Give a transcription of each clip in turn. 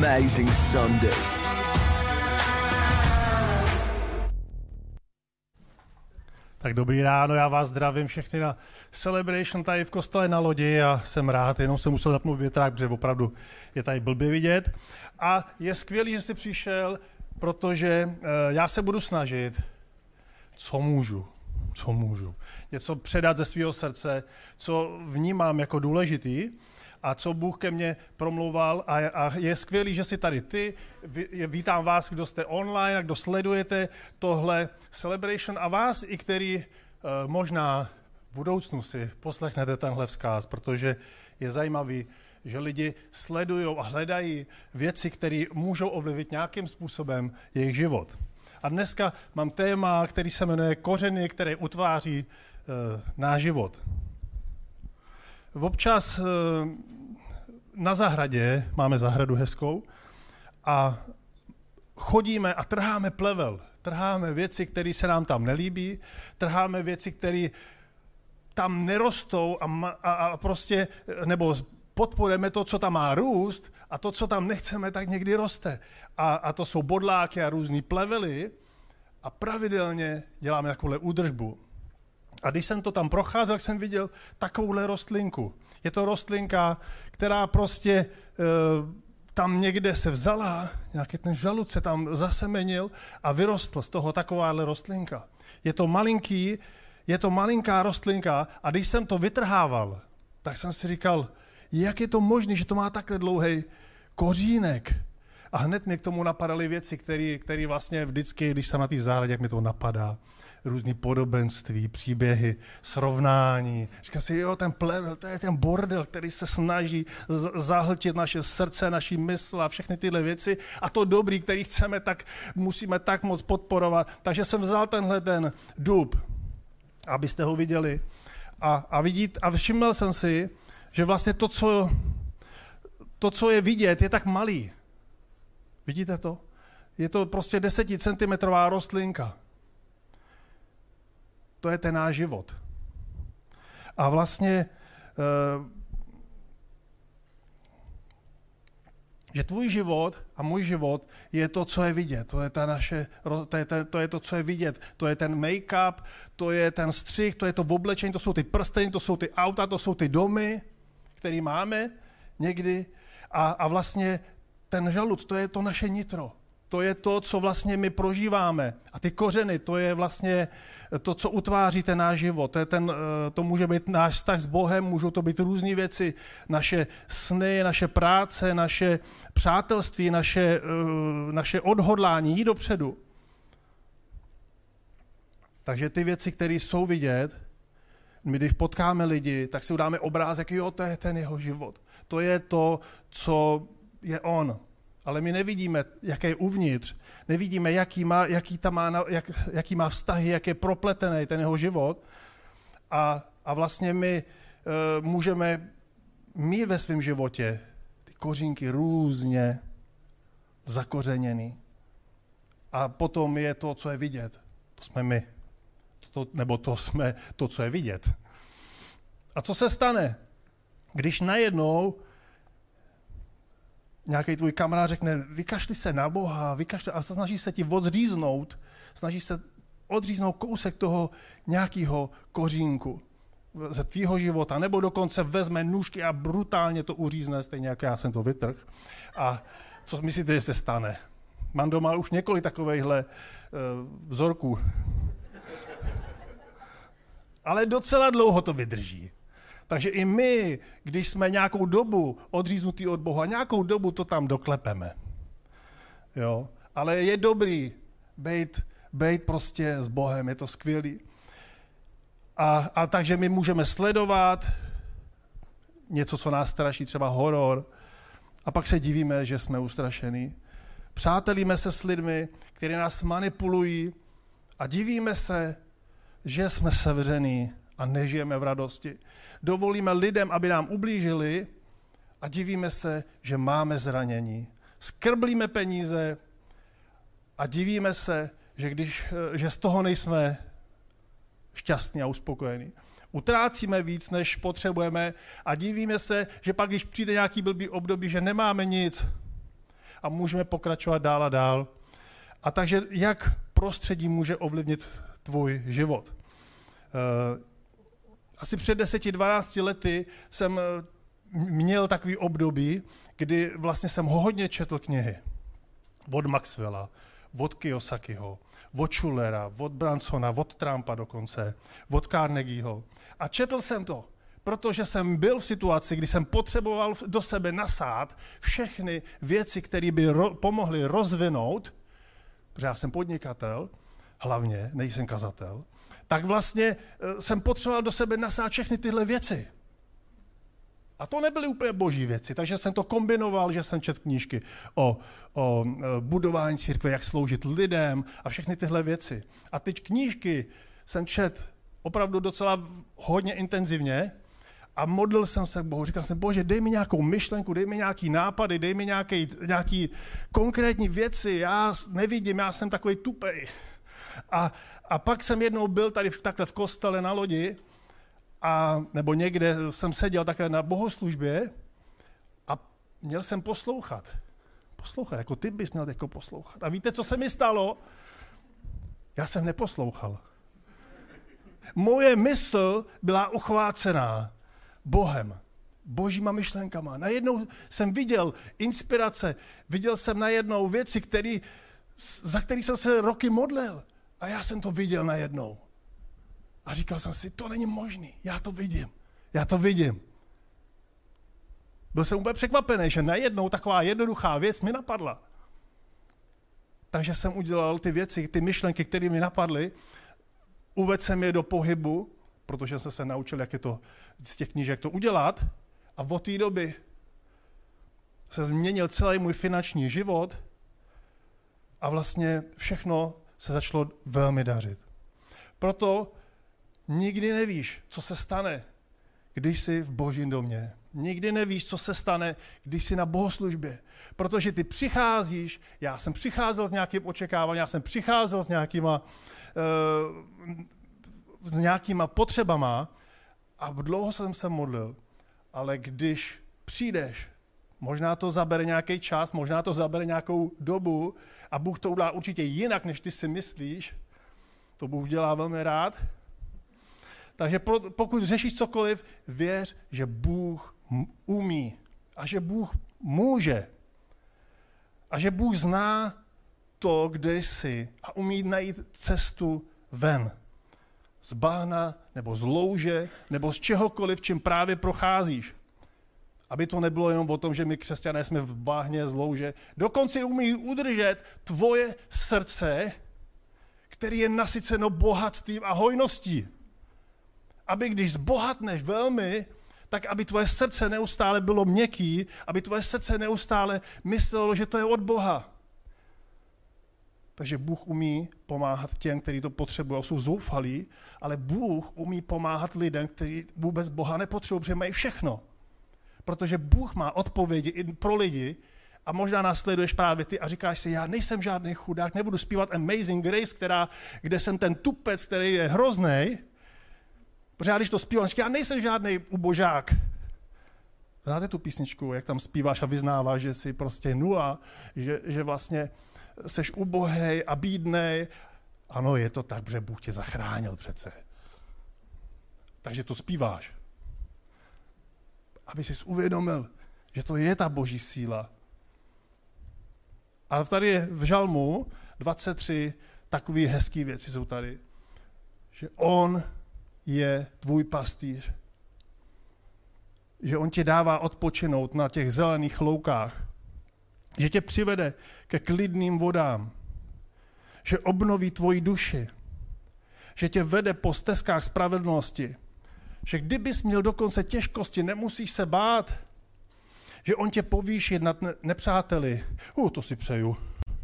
amazing Sunday. Tak dobrý ráno, já vás zdravím všechny na Celebration tady v kostele na lodi a jsem rád, jenom jsem musel zapnout větrák, protože opravdu je tady blbě vidět. A je skvělý, že jsi přišel, protože já se budu snažit, co můžu. Něco předat ze svého srdce, co vnímám jako důležitý a co Bůh ke mně promlouval a je skvělý, že jsi tady ty. Vítám vás, kdo jste online a kdo sledujete tohle Celebration a vás, i který možná v budoucnu si poslechnete tenhle vzkaz, protože je zajímavý, že lidi sledují a hledají věci, které můžou ovlivnit nějakým způsobem jejich život. A dneska mám téma, který se jmenuje Kořeny, které utváří náš život. Občas na zahradě, máme zahradu hezkou, a chodíme a trháme plevel. Trháme věci, které se nám tam nelíbí, trháme věci, které tam nerostou a prostě, nebo podporujeme to, co tam má růst a to, co tam nechceme, tak někdy roste. A to jsou bodláky a různý plevely a pravidelně děláme takovouhle údržbu. A když jsem to tam procházel, jsem viděl takovouhle rostlinku. Je to rostlinka, která prostě tam někde se vzala, nějaký ten žalud se tam zasemenil a vyrostl z toho takováhle rostlinka. Je to malinká rostlinka a když jsem to vytrhával, tak jsem si říkal, jak je to možné, že to má takhle dlouhý kořínek. A hned mě k tomu napadaly věci, které vlastně vždycky, když jsem na té zahradě, jak mi to napadá, různý podobenství, příběhy, srovnání. Říkám si, jo, ten plevel, to je ten bordel, který se snaží zahltit naše srdce, naši mysl a všechny tyhle věci. A to dobrý, který chceme, tak musíme tak moc podporovat. Takže jsem vzal tenhle ten dub, abyste ho viděli. A všiml jsem si, že vlastně to, co je vidět, je tak malý. Vidíte to? Je to prostě 10cm rostlinka. To je ten náš život. A vlastně, že tvůj život a můj život je to, co je vidět. To je to, co je vidět. To je ten make-up, to je ten střih, to je to oblečení, to jsou ty prsteny, to jsou ty auta, to jsou ty domy, které máme někdy. A vlastně ten žalud, to je to naše nitro. To je to, co vlastně my prožíváme. A ty kořeny, to je vlastně to, co utváří ten náš život. To může být náš vztah s Bohem, můžou to být různé věci. Naše sny, naše práce, naše přátelství, naše odhodlání jít dopředu. Takže ty věci, které jsou vidět, my když potkáme lidi, tak si udáme obrázek, jo, to je ten jeho život. To je to, co je on. Ale my nevidíme, jaké je uvnitř, nevidíme, jaký má vztahy, jak je propletený ten jeho život. A vlastně my můžeme mít ve svém životě ty kořínky různě zakořeněný. A potom je to, co je vidět. To jsme my. To jsme to, co je vidět. A co se stane, když najednou nějaký tvůj kamarád řekne, vykašli se na Boha, a snaží se ti odříznout kousek toho nějakého kořínku ze tvýho života, nebo dokonce vezme nůžky a brutálně to uřízne, stejně jako já jsem to vytrhl. A co myslíte, že se stane? Mám doma už několik takovejhle vzorků. Ale docela dlouho to vydrží. Takže i my, když jsme nějakou dobu odříznutí od Boha, nějakou dobu to tam doklepeme. Jo? Ale je dobrý být prostě s Bohem, je to skvělý. A takže my můžeme sledovat něco, co nás straší, třeba horor, a pak se divíme, že jsme ustrašení. Přátelíme se s lidmi, kteří nás manipulují a divíme se, že jsme sevření a nežijeme v radosti. Dovolíme lidem, aby nám ublížili a divíme se, že máme zranění. Skrblíme peníze a divíme se, že z toho nejsme šťastní a uspokojení. Utrácíme víc, než potřebujeme a divíme se, že pak, když přijde nějaký blbý období, že nemáme nic. a můžeme pokračovat dál a dál. A takže jak prostředí může ovlivnit tvůj život? Asi před 10-12 lety jsem měl takový období, kdy vlastně jsem hodně četl knihy. Od Maxwella, od Kiyosakiho, od Schulera, od Bransona, od Trumpa dokonce, od Carnegieho. A četl jsem to, protože jsem byl v situaci, kdy jsem potřeboval do sebe nasát všechny věci, které by pomohly rozvinout, protože já jsem podnikatel, hlavně, nejsem kazatel, tak vlastně jsem potřeboval do sebe nasát všechny tyhle věci. A to nebyly úplně boží věci, takže jsem to kombinoval, že jsem četl knížky o budování církve, jak sloužit lidem a všechny tyhle věci. A teď knížky jsem četl opravdu docela hodně intenzivně a modlil jsem se k Bohu. Říkal jsem, Bože, dej mi nějakou myšlenku, dej mi nějaký nápady, dej mi nějaký konkrétní věci, já nevidím, já jsem takový tupej. A pak jsem jednou byl tady takhle v kostele na lodi, nebo někde jsem seděl také na bohoslužbě a měl jsem poslouchat. Poslouchat, jako ty bys měl jako poslouchat. A víte, co se mi stalo? Já jsem neposlouchal. Moje mysl byla uchvácená Bohem, božíma myšlenkama. Najednou jsem viděl inspirace, viděl jsem najednou věci, za které jsem se roky modlil. A já jsem to viděl najednou. A říkal jsem si, to není možný, já to vidím. Byl jsem úplně překvapený, že najednou taková jednoduchá věc mi napadla. Takže jsem udělal ty věci, ty myšlenky, které mi napadly, uvedl jsem je do pohybu, protože jsem se naučil, jak je to z těch knížek to udělat. A od té doby se změnil celý můj finanční život a vlastně všechno se začalo velmi dařit. Proto nikdy nevíš, co se stane, když jsi v Božím domě. Nikdy nevíš, co se stane, když jsi na bohoslužbě. Protože ty přicházíš, já jsem přicházel s nějakým očekáváním, já jsem přicházel s nějakýma potřebama a dlouho jsem se modlil. Ale když přijdeš, možná to zabere nějaký čas, možná to zabere nějakou dobu a Bůh to udělá určitě jinak, než ty si myslíš. To Bůh dělá velmi rád. Takže pokud řešíš cokoliv, věř, že Bůh umí a že Bůh může a že Bůh zná to, kde jsi a umí najít cestu ven. Z bahna, nebo z louže, nebo z čehokoliv, čím právě procházíš. Aby to nebylo jenom o tom, že my křesťané jsme v bahně, z louže. Dokonce umí udržet tvoje srdce, který je nasyceno bohatstvím a hojností. Aby když zbohatneš velmi, tak aby tvoje srdce neustále bylo měkký, aby tvoje srdce neustále myslelo, že to je od Boha. Takže Bůh umí pomáhat těm, kteří to potřebují, jsou zoufalí, ale Bůh umí pomáhat lidem, kteří vůbec Boha nepotřebují, protože mají všechno. Protože Bůh má odpovědi i pro lidi a možná následuješ právě ty a říkáš si, já nejsem žádný chudák, nebudu zpívat Amazing Grace, kde jsem ten tupec, který je hroznej, protože já když to zpívám, já nejsem žádný ubožák. Znáte tu písničku, jak tam zpíváš a vyznáváš, že jsi prostě nula, že vlastně seš ubohej a bídnej. Ano, je to tak, že Bůh tě zachránil přece. Takže to zpíváš. Aby jsi uvědomil, že to je ta boží síla. A tady v Žalmu 23 takové hezké věci jsou tady. Že on je tvůj pastýř. Že on ti dává odpočinout na těch zelených loukách. Že tě přivede ke klidným vodám. Že obnoví tvoji duši. Že tě vede po stezkách spravedlnosti. Že kdybys měl dokonce těžkosti, nemusíš se bát. Že on tě povýší nad nepřáteli. To si přeju.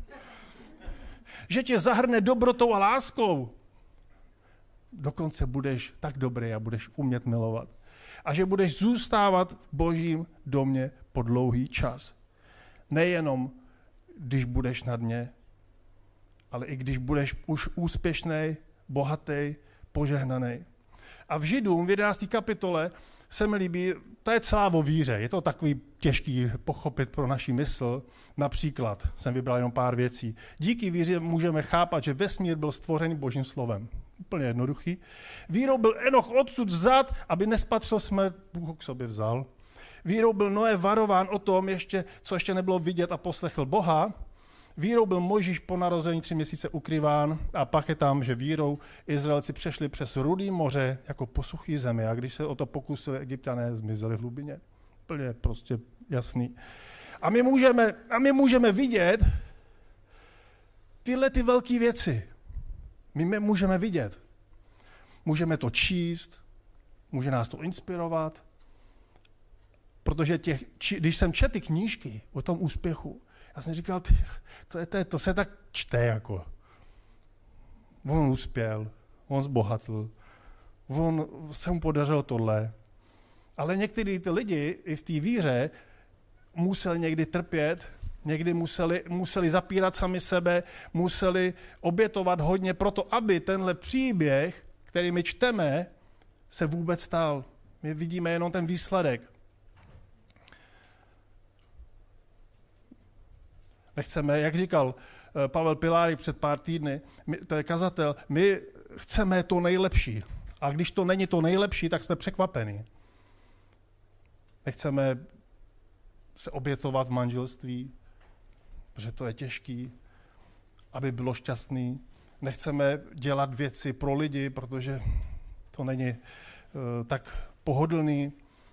Že tě zahrne dobrotou a láskou. Dokonce budeš tak dobrý a budeš umět milovat. A že budeš zůstávat v Božím domě po dlouhý čas. Nejenom, když budeš na dně, ale i když budeš už úspěšný, bohatý, požehnaný. A v Židům v 11. kapitole se mi líbí, to je celá o víře. Je to takový těžký pochopit pro naši mysl. Například jsem vybral jenom pár věcí. Díky víře můžeme chápat, že vesmír byl stvořený Božím slovem. Úplně jednoduchý. Vírou byl Enoch odsud vzat, aby nespatřil smrt, Bůh ho k sobě vzal. Vírou byl Noé varován o tom, co ještě nebylo vidět a poslechl Boha. Vírou byl Mojžíš po narození 3 měsíce ukryván a pak je tam, že vírou Izraelci přešli přes Rudý moře jako po suchý zemi a když se o to pokusili, Egypťané zmizeli v hlubině. Úplně prostě jasný. A my můžeme vidět tyhle ty velké věci. My můžeme vidět. Můžeme to číst, může nás to inspirovat, protože když jsem četl ty knížky o tom úspěchu, já jsem říkal, to se tak čte jako. On uspěl, on zbohatl, se mu podařilo tohle. Ale některý ty lidi i v té víře museli někdy trpět, někdy museli zapírat sami sebe, museli obětovat hodně proto, aby tenhle příběh, který my čteme, se vůbec stal. My vidíme jenom ten výsledek. Nechceme, jak říkal Pavel Pilárik před pár týdny, to je kazatel, my chceme to nejlepší. A když to není to nejlepší, tak jsme překvapení. Nechceme se obětovat v manželství, protože to je těžký, aby bylo šťastný. Nechceme dělat věci pro lidi, protože to není tak pohodlný.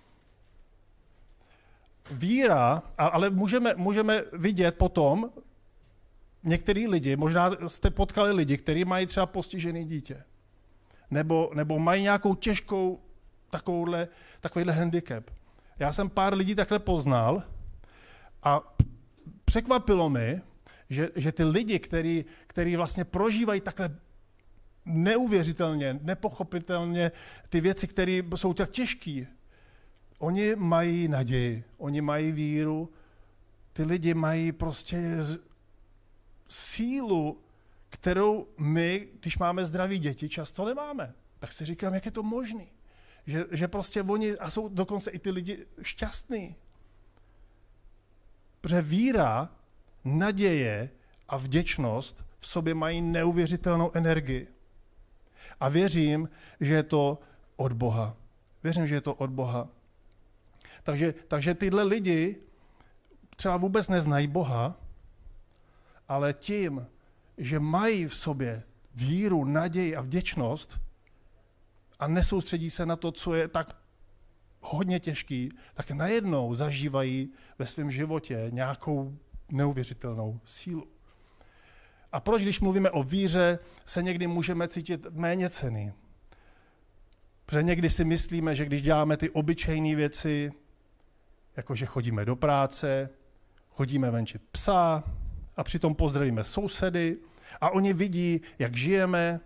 Víra, ale můžeme vidět potom některý lidi, možná jste potkali lidi, kteří mají třeba postižený dítě, nebo mají nějakou těžkou takovýhle handicap. Já jsem pár lidí takhle poznal a překvapilo mi, že ty lidi, kteří vlastně prožívají takhle neuvěřitelně, nepochopitelně ty věci, které jsou tak těžké, oni mají naději, oni mají víru, ty lidi mají prostě sílu, kterou my, když máme zdraví děti, často nemáme. Tak si říkám, jak je to možný. Že prostě oni, a jsou dokonce i ty lidi šťastní. Protože víra, naděje a vděčnost v sobě mají neuvěřitelnou energii. A věřím, že je to od Boha. Věřím, že je to od Boha. Takže tyhle lidi třeba vůbec neznají Boha, ale tím, že mají v sobě víru, naději a vděčnost a nesoustředí se na to, co je tak hodně těžký, tak najednou zažívají ve svém životě nějakou neuvěřitelnou sílu. A proč, když mluvíme o víře, se někdy můžeme cítit méněcenný? Protože někdy si myslíme, že když děláme ty obyčejné věci, jakože chodíme do práce, chodíme venčit psa a přitom pozdravíme sousedy a oni vidí, jak žijeme.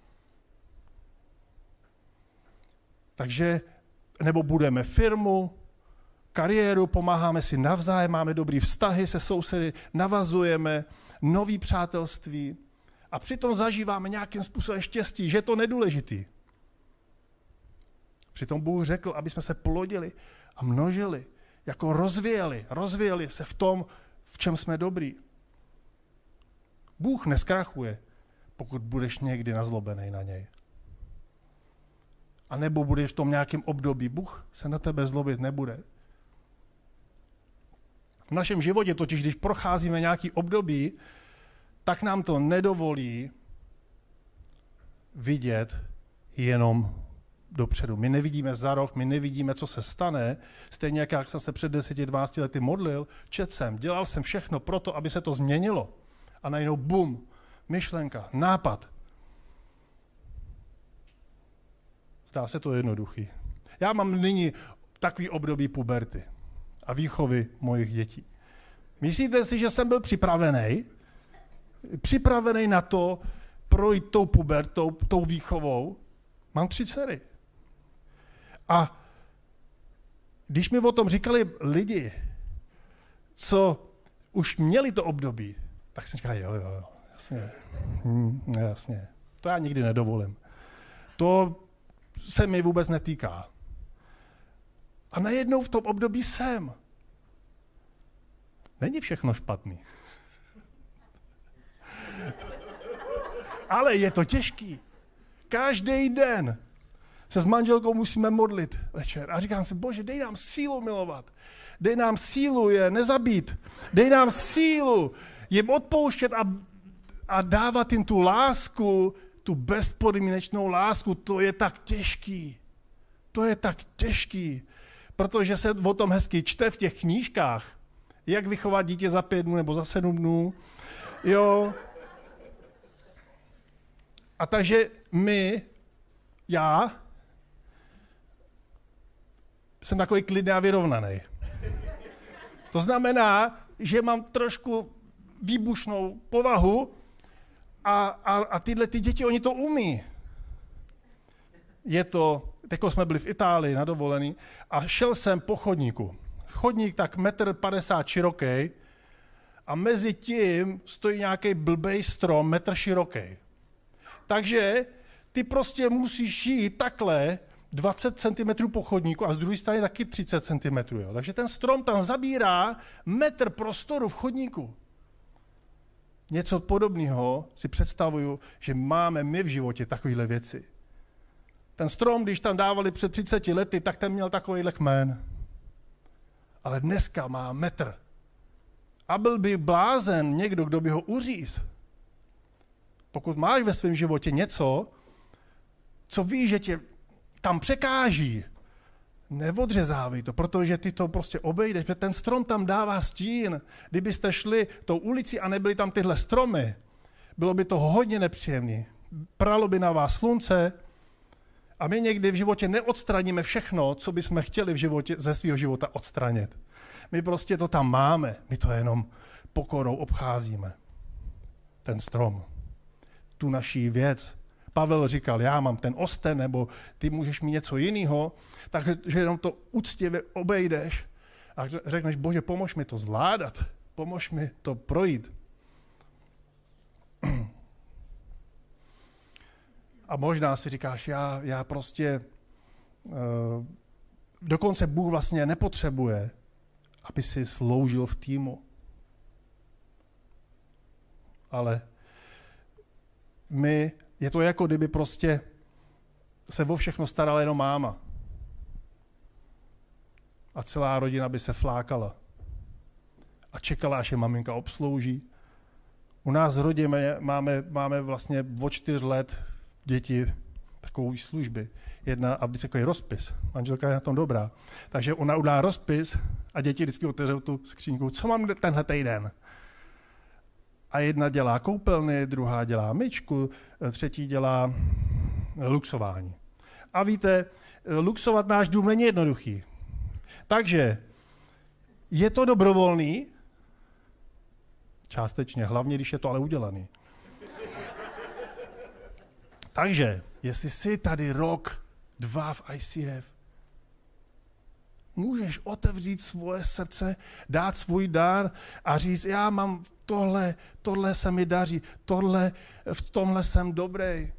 Takže nebo budeme firmu, kariéru, pomáháme si navzájem, máme dobrý vztahy se sousedy, navazujeme nový přátelství a přitom zažíváme nějakým způsobem štěstí, že je to nedůležitý. Přitom Bůh řekl, aby jsme se plodili a množili, jako rozvíjeli se v tom, v čem jsme dobrý. Bůh neskrachuje, pokud budeš někdy nazlobený na něj. A nebo budeš v tom nějakém období. Bůh se na tebe zlobit nebude. V našem životě totiž, když procházíme nějaký období, tak nám to nedovolí vidět jenom dopředu. My nevidíme za rok, my nevidíme, co se stane. Stejně jak jsem se před 10-12 lety modlil, četl jsem, dělal jsem všechno pro to, aby se to změnilo. A najednou bum, myšlenka, nápad. Zdá se to jednoduchý. Já mám nyní takový období puberty a výchovy mojich dětí. Myslíte si, že jsem byl připravený na to projít tou pubertou, tou výchovou? Mám 3 dcery. A když mi o tom říkali lidi, co už měli to období, tak jsem říkal, jo, jasně. To já nikdy nedovolím. To se mi vůbec netýká. A najednou v tom období jsem. Není všechno špatný. Ale je to těžký. Každý den se s manželkou musíme modlit večer. A říkám si, Bože, dej nám sílu milovat. Dej nám sílu je nezabít. Dej nám sílu jim odpouštět a dávat jim tu lásku, tu bezpodmínečnou lásku. To je tak těžký. To je tak těžký. Protože se o tom hezky čte v těch knížkách. Jak vychovat dítě za 5 dnů nebo za 7 dnů. Jo. A takže já jsem takový klidný a vyrovnaný. To znamená, že mám trošku výbušnou povahu a tyhle ty děti, oni to umí. Teďko jsme byli v Itálii na dovolený a šel jsem po chodníku. Chodník tak 1,50 m široký a mezi tím stojí nějaký blbej strom 1 m široký. Takže ty prostě musíš jít takhle 20 cm po chodníku a z druhé strany taky 30 cm. Jo. Takže ten strom tam zabírá metr prostoru v chodníku. Něco podobného si představuju, že máme my v životě takovéhle věci. Ten strom, když tam dávali před 30 lety, tak ten měl takovýhle kmen. Ale dneska má metr. A byl by blázen někdo, kdo by ho uříz. Pokud máš ve svém životě něco, co víš, že tě tam překáží, neodřezávej to, protože ty to prostě obejdeš, protože ten strom tam dává stín. Kdybyste šli tou ulici a nebyly tam tyhle stromy, bylo by to hodně nepříjemné. Pralo by na vás slunce a my někdy v životě neodstraníme všechno, co bychom chtěli v životě, ze svého života odstranit. My prostě to tam máme, my to jenom pokorou obcházíme. Ten strom, tu naší věc. Pavel říkal, já mám ten osten, nebo ty můžeš mít něco jiného, takže jenom to úctivě obejdeš a řekneš, Bože, pomož mi to zvládat, pomož mi to projít. A možná si říkáš, já prostě, dokonce Bůh vlastně nepotřebuje, aby si sloužil v týmu. Ale je to jako kdyby prostě se o všechno starala jenom máma. A celá rodina by se flákala. A čekala, až je maminka obslouží. U nás v rodině máme vlastně od 4 let děti takové služby. Jedna a vždycky takový rozpis. Manželka je na tom dobrá. Takže ona udá rozpis a děti vždycky otevřou tu skřínku. Co mám tenhle týden? A jedna dělá koupelny, druhá dělá myčku, třetí dělá luxování. A víte, luxovat náš dům není jednoduchý. Takže je to dobrovolný, částečně, hlavně, když je to ale udělaný. Takže, jestli jsi tady rok, 2 v ICF, můžeš otevřít svoje srdce, dát svůj dar a říct, já mám tohle se mi daří, v tomhle jsem dobrý.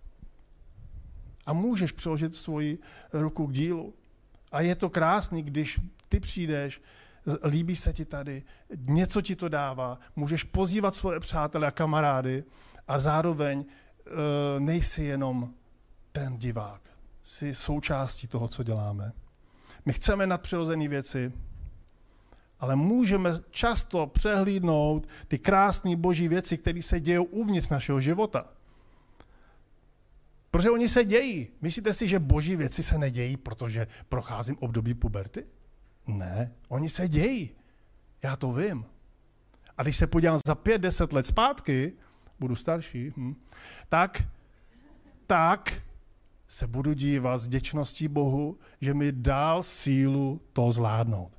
A můžeš přiložit svoji ruku k dílu. A je to krásný, když ty přijdeš, líbí se ti tady, něco ti to dává, můžeš pozývat svoje přátele a kamarády a zároveň nejsi jenom ten divák. Jsi součástí toho, co děláme. My chceme nadpřirozené věci, ale můžeme často přehlídnout ty krásné boží věci, které se dějí uvnitř našeho života. Protože oni se dějí. Myslíte si, že boží věci se nedějí, protože procházím období puberty? Ne, oni se dějí. Já to vím. A když se podívám za 5-10 let zpátky, budu starší, tak se budu dívat s vděčností Bohu, že mi dal sílu to zvládnout.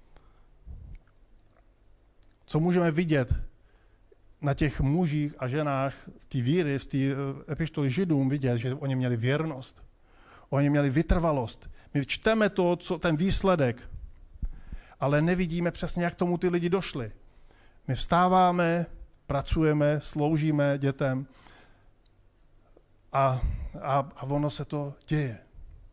Co můžeme vidět na těch mužích a ženách v té víry, v té epištoli Židům vidět, že oni měli věrnost, oni měli vytrvalost. My čteme ten výsledek, ale nevidíme přesně, jak tomu ty lidi došli. My vstáváme, pracujeme, sloužíme dětem a ono se to děje.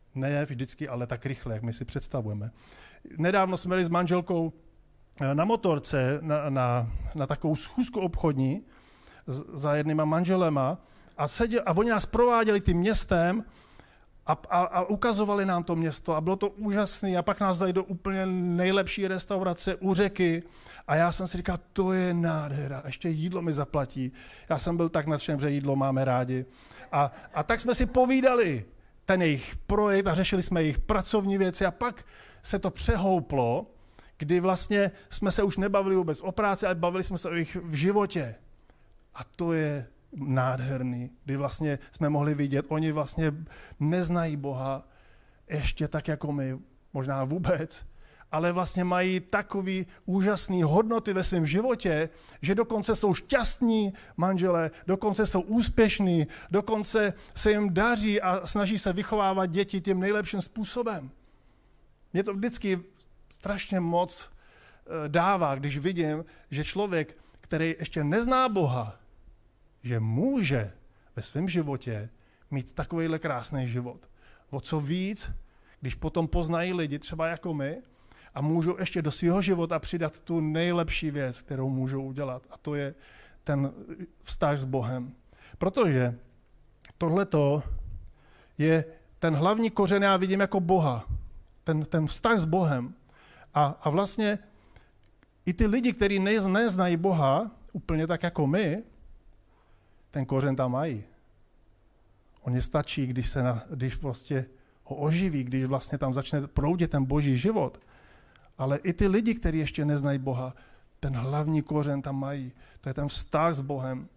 Ne vždycky, ale tak rychle, jak my si představujeme. Nedávno jsme byli s manželkou na motorce, na takovou schůzku obchodní za jednýma manželema a oni nás prováděli tím městem a ukazovali nám to město a bylo to úžasné a pak nás dali do úplně nejlepší restaurace u řeky a já jsem si říkal, to je nádhera, ještě jídlo mi zaplatí. Já jsem byl tak nadšen, že jídlo máme rádi. A tak jsme si povídali ten jejich projekt a řešili jsme jejich pracovní věci a pak se to přehouplo, kdy vlastně jsme se už nebavili vůbec o práci, ale bavili jsme se o jejich v životě. A to je nádherný, kdy vlastně jsme mohli vidět, oni vlastně neznají Boha ještě tak jako my, možná vůbec, ale vlastně mají takový úžasný hodnoty ve svém životě, že dokonce jsou šťastní manželé, dokonce jsou úspěšní, dokonce se jim daří a snaží se vychovávat děti tím nejlepším způsobem. Mě to vždycky strašně moc dává, když vidím, že člověk, který ještě nezná Boha, že může ve svém životě mít takovýhle krásný život. O co víc, když potom poznají lidi, třeba jako my, a můžou ještě do svého života přidat tu nejlepší věc, kterou můžou udělat. A to je ten vztah s Bohem. Protože tohleto je ten hlavní kořen, já vidím jako Boha. Ten vztah s Bohem. A vlastně i ty lidi, kteří neznají Boha, úplně tak jako my, ten kořen tam mají. On stačí, když prostě ho oživí, když vlastně tam začne proudit ten boží život. Ale i ty lidi, kteří ještě neznají Boha, ten hlavní kořen tam mají. To je ten vztah s Bohem.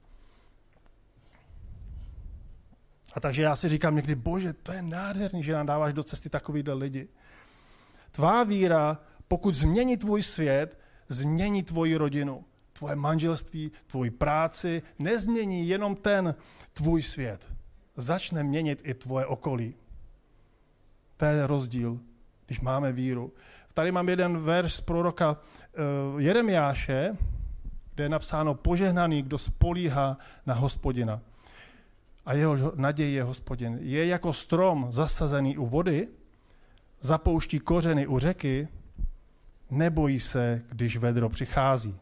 A takže já si říkám někdy, Bože, to je nádherný, že nám dáváš do cesty takovýhle lidi. Tvá víra, pokud změní tvůj svět, změní tvoji rodinu, tvoje manželství, tvoji práci, nezmění jenom ten tvůj svět. Začne měnit i tvoje okolí. To je rozdíl, když máme víru. Tady mám jeden verš z proroka Jeremiáše, kde je napsáno požehnaný, kdo spolíhá na Hospodina. A jeho naději je Hospodin. Je jako strom zasazený u vody, zapouští kořeny u řeky, nebojí se, když vedro přichází.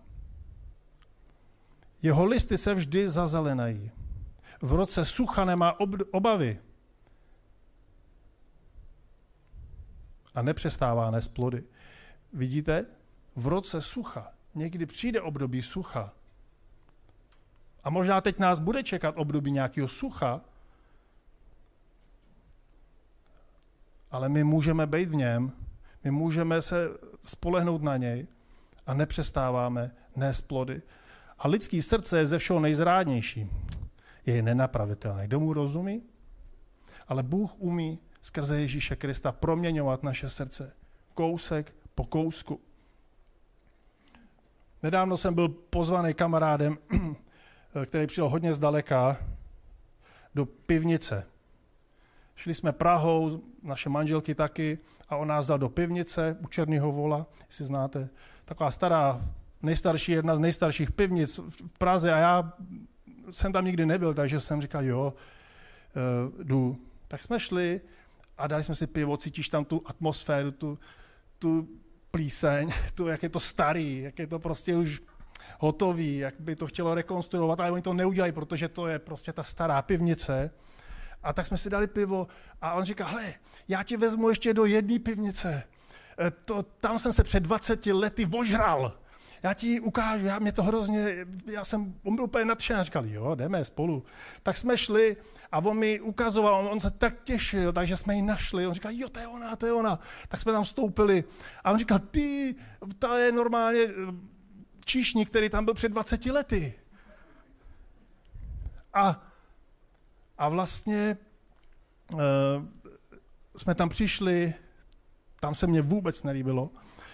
Jeho listy se vždy zazelenají. V roce sucha nemá obavy a nepřestává nést plody. Vidíte? V roce sucha. Někdy přijde období sucha. A možná teď nás bude čekat období nějakého sucha, ale my můžeme být v něm, my můžeme se spolehnout na něj a nepřestáváme nést plody. A lidský srdce je ze všeho nejzrádnější. Je nenapravitelné. Kdo mu rozumí? Ale Bůh umí skrze Ježíše Krista proměňovat naše srdce. Kousek po kousku. Nedávno jsem byl pozvaný kamarádem, který přijel hodně zdaleka, do pivnice. Šli jsme Prahou, naše manželky taky, a on nás dal do pivnice u Černého Vola, jestli znáte. Taková stará, jedna z nejstarších pivnic v Praze a já jsem tam nikdy nebyl, takže jsem říkal, jo, jdu. Tak jsme šli a dali jsme si pivo, cítíš tam tu atmosféru, tu plíseň, jak je to starý, jak je to prostě už hotový, jak by to chtělo rekonstruovat, ale oni to neudělají, protože to je prostě ta stará pivnice. A tak jsme si dali pivo a on říká, hele, já ti vezmu ještě do jedné pivnice. Tam jsem se před 20 lety ožral. Já ti ukážu, mě to hrozně, on byl úplně nadšený, říkal, jo, jdeme spolu. Tak jsme šli a on mi ukazoval, on se tak těšil, takže jsme ji našli. On říkal, jo, to je ona. Tak jsme tam vstoupili a on říkal, to je normálně číšník, který tam byl před 20 lety. A vlastně jsme tam přišli, tam se mně vůbec nelíbilo.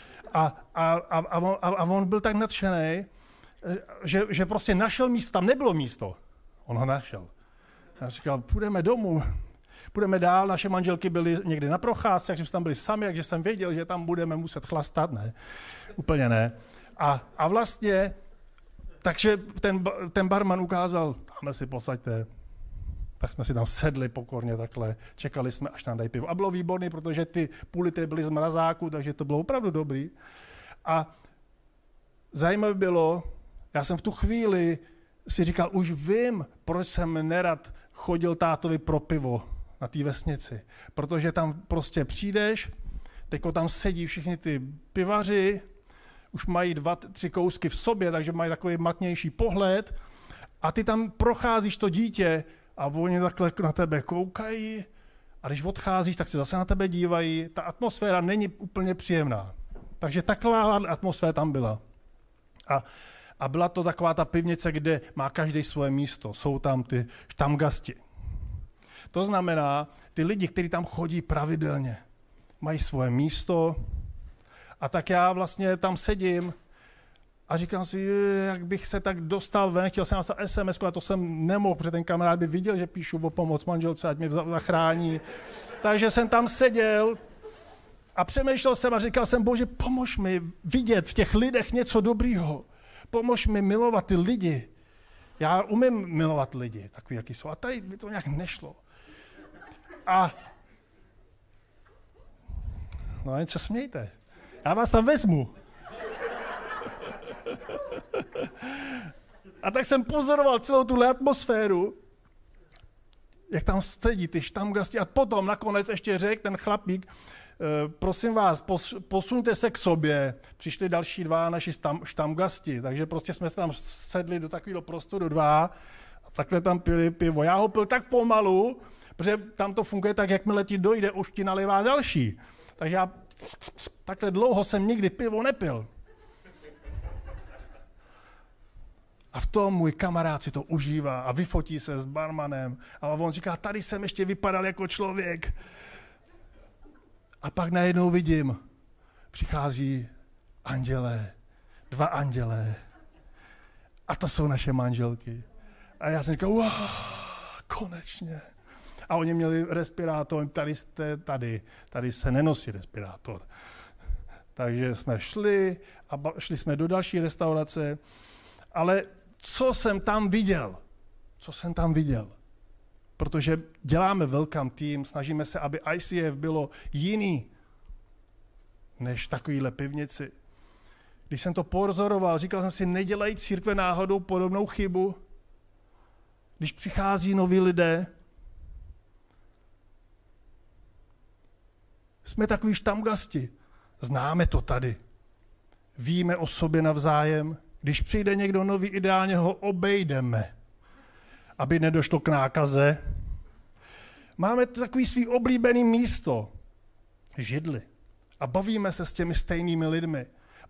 A on byl tak nadšený, že prostě našel místo, tam nebylo místo. On ho našel. A říkal, půjdeme domů, půjdeme dál, naše manželky byly někdy na procházce, takže jsme tam byli sami, takže jsem věděl, že tam budeme muset chlastat. Ne, úplně ne. A vlastně, takže ten barman ukázal, tamhle si posaďte. Tak jsme si tam sedli pokorně takhle, čekali jsme, až nám dají pivo. A bylo výborný, protože ty půl litry byly z mrazáku, takže to bylo opravdu dobrý. A zajímavé bylo, já jsem v tu chvíli si říkal, už vím, proč jsem nerad chodil tátovi pro pivo na té vesnici. Protože tam prostě přijdeš, teďko tam sedí všichni ty pivaři, už mají 2-3 kousky v sobě, takže mají takový matnější pohled a ty tam procházíš to dítě a oni takhle na tebe koukají a když odcházíš, tak se zase na tebe dívají. Ta atmosféra není úplně příjemná. Takže taková atmosféra tam byla. A byla to taková ta pivnice, kde má každý svoje místo. Jsou tam ty štamgasti. To znamená, ty lidi, kteří tam chodí pravidelně, mají svoje místo a tak já vlastně tam sedím a říkám si, jak bych se tak dostal ven, chtěl jsem napsat SMS, ale to jsem nemohl, protože ten kamarád by viděl, že píšu o pomoc manželce, ať mě zachrání. Takže jsem tam seděl a přemýšlel jsem a říkal jsem, Bože, pomož mi vidět v těch lidech něco dobrýho. Pomož mi milovat ty lidi. Já umím milovat lidi, takový, jaký jsou. A tady by to nějak nešlo. No a jen se smějte. Já vás tam vezmu. A tak jsem pozoroval celou tuhle atmosféru, jak tam sedí ty štamgasti. A potom nakonec ještě řekl ten chlapík, prosím vás, posuňte se k sobě. Přišli další 2 naši štamgasti, takže prostě jsme se tam sedli do takového prostoru 2 a takhle tam pili pivo. Já ho pil tak pomalu, protože tam to funguje tak, jakmile ti dojde, už ti nalivá další. Takže já takhle dlouho jsem nikdy pivo nepil. A v tom můj kamarád si to užívá a vyfotí se s barmanem. A on říká, tady jsem ještě vypadal jako člověk. A pak najednou vidím, přichází andělé, 2 andělé. A to jsou naše manželky. A já jsem říkal, wow, konečně. A oni měli respirátor, tady se nenosí respirátor. Takže jsme šli a šli jsme do další restaurace. Ale co jsem tam viděl? Protože děláme welcome team, snažíme se, aby ICF bylo jiný než takovýhle pivnici. Když jsem to pozoroval, říkal jsem si, nedělají církve náhodou podobnou chybu, když přichází noví lidé. Jsme takový štamgasti, známe to tady, víme o sobě navzájem, když přijde někdo nový, ideálně ho obejdeme, aby nedošlo k nákaze. Máme takový svý oblíbený místo, židli, a bavíme se s těmi stejnými lidmi.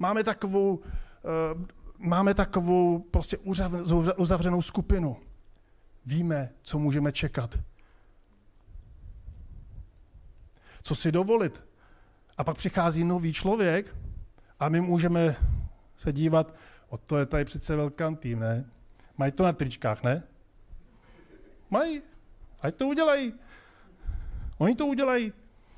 Máme takovou prostě uzavřenou skupinu. Víme, co můžeme čekat. Co si dovolit. A pak přichází nový člověk a my můžeme se dívat, to je tady přece welcome team, ne? Mají to na tričkách, ne? Mají. Ať to udělají. Oni to udělají.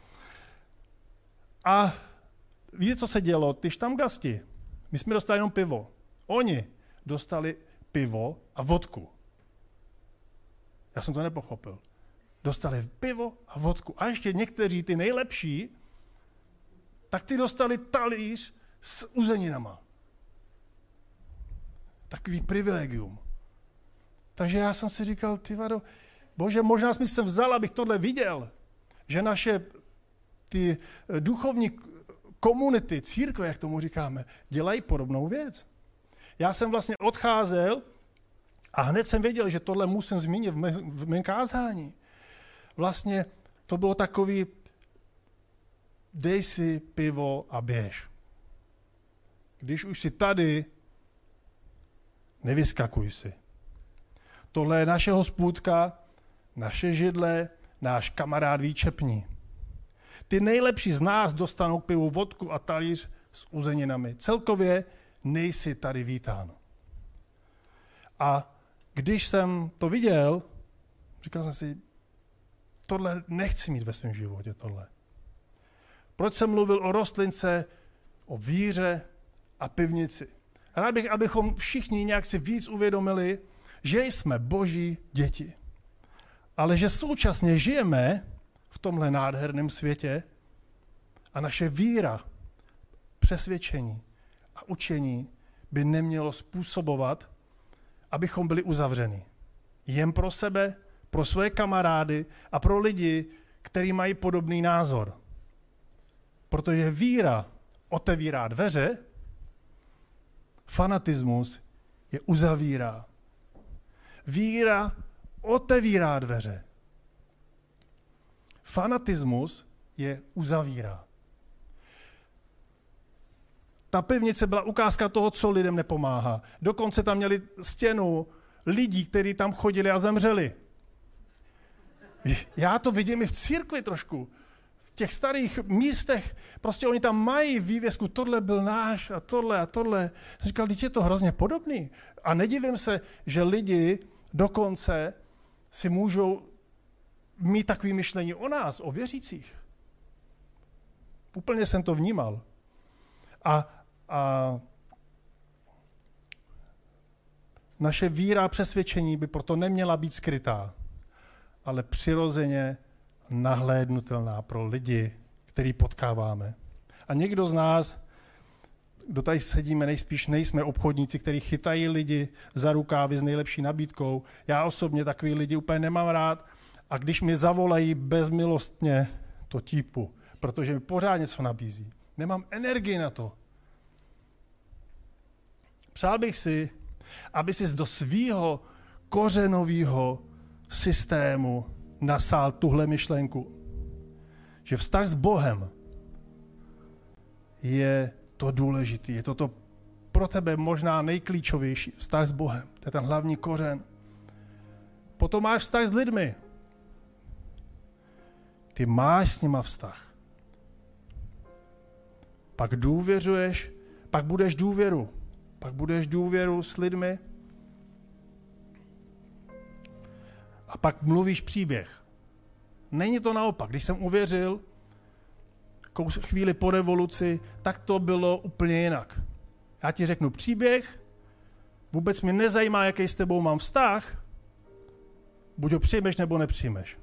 A víte, co se dělo? Ty štamgasti, my jsme dostali jenom pivo. Oni dostali pivo a vodku. Já jsem to nepochopil. Dostali pivo a vodku. A ještě někteří, ty nejlepší, tak ty dostali talíř s uzeninama. Takový privilegium. Takže já jsem si říkal, ty vado, Bože, možná jsem se vzal, abych tohle viděl, že naše ty duchovní komunity, církve, jak tomu říkáme, dělají podobnou věc. Já jsem vlastně odcházel a hned jsem věděl, že tohle musím zmínit v mém kázání. Vlastně to bylo takový, dej si pivo a běž. Když už jsi tady, nevyskakuj si. Tohle je naše hospůdka, naše židle, náš kamarád výčepní. Ty nejlepší z nás dostanou k pivu vodku a talíř s uzeninami. Celkově nejsi tady vítán. A když jsem to viděl, říkal jsem si, tohle nechci mít ve svém životě, tohle. Proč jsem mluvil o rostlince, o víře a pivnici? Rád bych, abychom všichni nějak si víc uvědomili, že jsme Boží děti. ale že současně žijeme v tomhle nádherném světě a naše víra, přesvědčení a učení by nemělo způsobovat, abychom byli uzavřeni. Jen pro sebe, pro své kamarády a pro lidi, kteří mají podobný názor. Protože víra otevírá dveře, fanatismus je uzavírá. Víra otevírá dveře. Fanatismus je uzavírá. Ta pivnice byla ukázka toho, co lidem nepomáhá. Dokonce tam měli stěnu lidí, kteří tam chodili a zemřeli. Já to vidím i v církvi trošku. V těch starých místech, prostě oni tam mají vývězku, tohle byl náš a tohle a tohle. Jsem říkal, teď je to hrozně podobný. A nedivím se, že lidi dokonce si můžou mít takové myšlení o nás, o věřících. Úplně jsem to vnímal. A naše víra a přesvědčení by proto neměla být skrytá, ale přirozeně nahlédnutelná pro lidi, který potkáváme. A někdo z nás, kdo tady sedíme, nejspíš nejsme obchodníci, kteří chytají lidi za rukávy s nejlepší nabídkou. Já osobně takový lidi úplně nemám rád a když mi zavolají bezmilostně, to típu, protože mi pořád něco nabízí. Nemám energii na to. Přál bych si, aby si do svýho kořenového systému nasál tuhle myšlenku, že vztah s Bohem je to důležitý, je to pro tebe možná nejklíčovější, vztah s Bohem, to je ten hlavní kořen. Potom máš vztah s lidmi. Ty máš s nima vztah. Pak důvěřuješ, pak budeš důvěru s lidmi a pak mluvíš příběh. Není to naopak. Když jsem uvěřil chvíli po revoluci, tak to bylo úplně jinak. Já ti řeknu příběh, vůbec mě nezajímá, jaký s tebou mám vztah, buď ho přijmeš nebo nepřijmeš.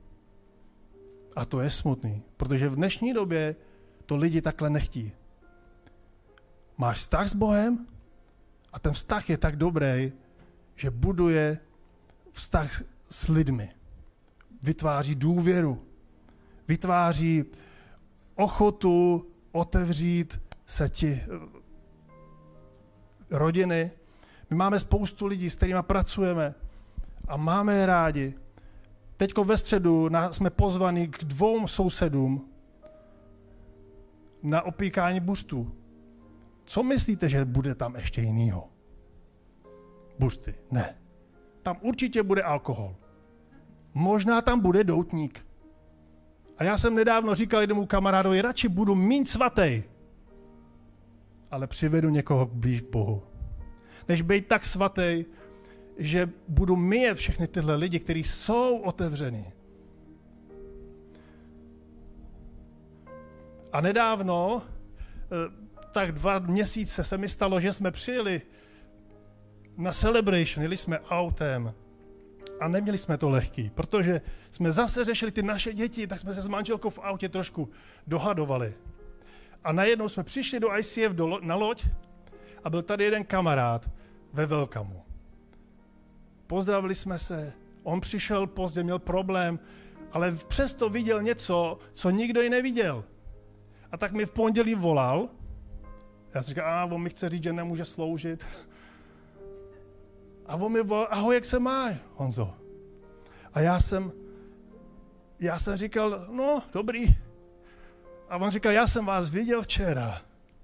A to je smutný, protože v dnešní době to lidi takhle nechtí. Máš vztah s Bohem a ten vztah je tak dobrý, že buduje vztah s lidmi. Vytváří důvěru. Vytváří ochotu otevřít se ti rodiny. My máme spoustu lidí, s kterými pracujeme a máme je rádi. Teďko ve středu jsme pozvaní k 2 sousedům na opíkání buřtů. Co myslíte, že bude tam ještě jinýho? Buřty? Ne. Tam určitě bude alkohol. Možná tam bude doutník. A já jsem nedávno říkal jednomu kamarádovi, radši budu míň svatý, ale přivedu někoho blíž k Bohu. Než být tak svatý, že budu míjet všechny tyhle lidi, kteří jsou otevření. A nedávno, tak 2 měsíce se mi stalo, že jsme přijeli na celebration, jeli jsme autem a neměli jsme to lehký, protože jsme zase řešili ty naše děti, tak jsme se s manželkou v autě trošku dohadovali. A najednou jsme přišli do ICF na loď a byl tady jeden kamarád ve Welcomu. Pozdravili jsme se, on přišel pozdě, měl problém, ale přesto viděl něco, co nikdo ji neviděl. A tak mi v pondělí volal. Já si říkal, on mi chce říct, že nemůže sloužit. A on mi volal, ahoj, jak se máš, Honzo? A já jsem říkal, no, dobrý. A on říkal, já jsem vás viděl včera.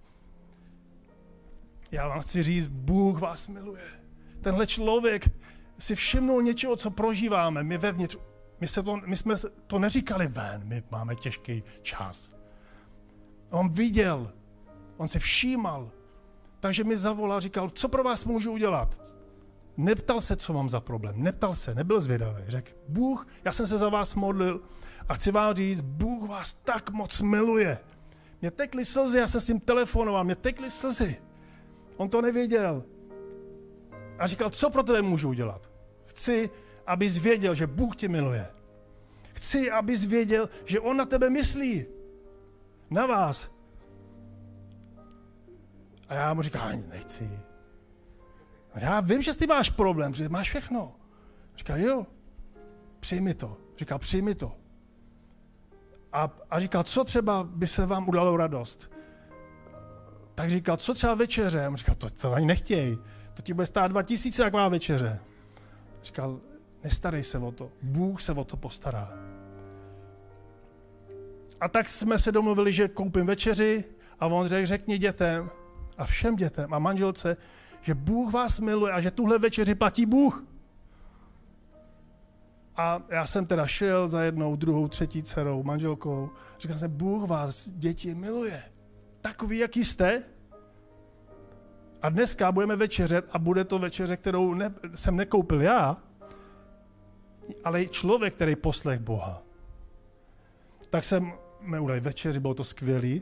Já vám chci říct, Bůh vás miluje. Tenhle člověk si všimnul něčeho, co prožíváme. My vevnitř, my jsme to neříkali ven, my máme těžký čas. On viděl, on si všímal. Takže mi zavolal, říkal, co pro vás můžu udělat? Neptal se, co mám za problém. Neptal se, nebyl zvědavý. Řekl, Bůh, já jsem se za vás modlil a chci vám říct, Bůh vás tak moc miluje. Mě tekly slzy, já jsem s tím telefonoval, mě tekly slzy. On to nevěděl. A říkal, co pro tebe můžu udělat? Chci, abys věděl, že Bůh tě miluje. Chci, abys věděl, že on na tebe myslí. Na vás. A já mu říkám, nechci. A já vím, že ty máš problém, že máš všechno. Říká, jo, přijmi to. Říká, přijmi to. A říkal, co třeba by se vám udalo radost? Tak říkal, co třeba večeře? A říkal, to ani nechtěj. To ti bude stát 2000 taková večeře. Říkal, nestarej se o to. Bůh se o to postará. A tak jsme se domluvili, že koupím večeři a on řekni dětem a všem dětem a manželce, že Bůh vás miluje a že tuhle večeři platí Bůh. A já jsem teda šel za jednou, druhou, třetí dcerou, manželkou. Říkal jsem, Bůh vás, děti, miluje. Takový, jaký jste. A dneska budeme večeřet a bude to večeře, kterou jsem nekoupil já, ale člověk, který poslech Boha. Tak jsme udali večeři, bylo to skvělý.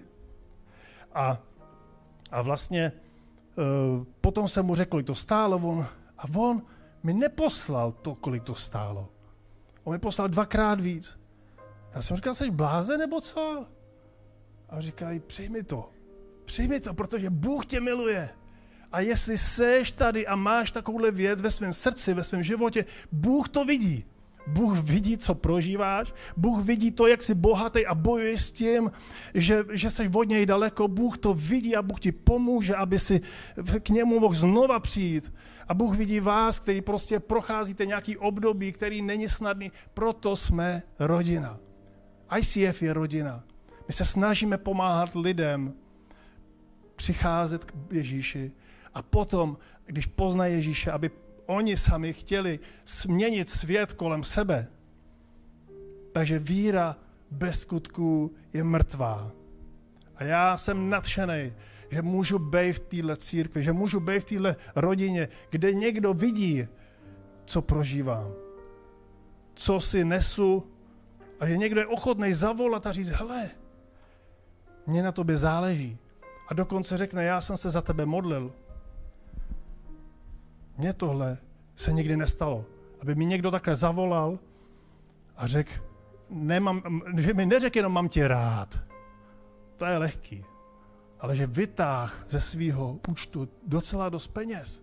A vlastně potom jsem mu řekl, kolik to stálo, a on mi neposlal to, kolik to stálo. On mi poslal 2x víc. Já jsem říkal, jsi blázen nebo co? A říkají, přijmi to, protože Bůh tě miluje. A jestli seš tady a máš takovouhle věc ve svém srdci, ve svém životě, Bůh to vidí. Bůh vidí, co prožíváš. Bůh vidí to, jak jsi bohatý a bojuješ s tím, že jsi od něj daleko. Bůh to vidí a Bůh ti pomůže, aby si k němu mohl znova přijít. A Bůh vidí vás, který prostě procházíte nějaký období, který není snadný. Proto jsme rodina. ICF je rodina. My se snažíme pomáhat lidem přicházet k Ježíši a potom, když poznají Ježíše, aby oni sami chtěli změnit svět kolem sebe. Takže víra bez skutků je mrtvá. A já jsem nadšený, že můžu být v téhle církvi, že můžu být v téhle rodině, kde někdo vidí, co prožívám, co si nesu a že někdo je ochotný zavolat a říct, hele, mně na tobě záleží. A dokonce řekne, já jsem se za tebe modlil. Mně tohle se nikdy nestalo. Aby mi někdo takhle zavolal a řekl, že mi neřekl jenom mám tě rád. To je lehký. Ale že vytáhl ze svého účtu docela dost peněz.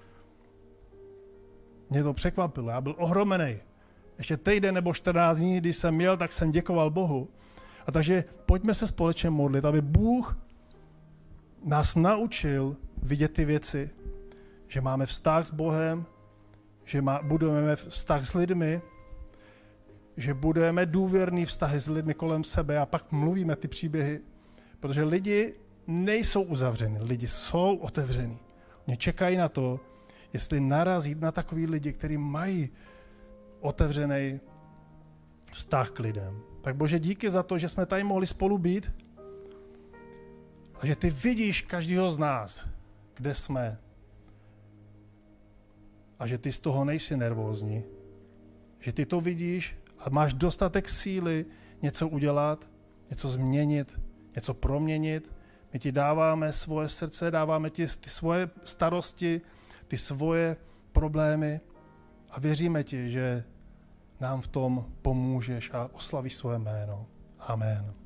Mě to překvapilo, já byl ohromený. Ještě týden nebo 14 dní, když jsem měl, tak jsem děkoval Bohu. A takže pojďme se společně modlit, aby Bůh nás naučil vidět ty věci, že máme vztah s Bohem, že budujeme vztah s lidmi, že budujeme důvěrný vztahy s lidmi kolem sebe a pak mluvíme ty příběhy, protože lidi nejsou uzavření, lidi jsou otevření. Oni čekají na to, jestli narazí na takový lidi, kteří mají otevřený vztah k lidem. Tak Bože, díky za to, že jsme tady mohli spolu být a že ty vidíš každého z nás, kde jsme a že ty z toho nejsi nervózní, že ty to vidíš a máš dostatek síly něco udělat, něco změnit, něco proměnit. My ti dáváme svoje srdce, dáváme ti ty svoje starosti, ty svoje problémy a věříme ti, že nám v tom pomůžeš a oslavíš svoje jméno. Amen.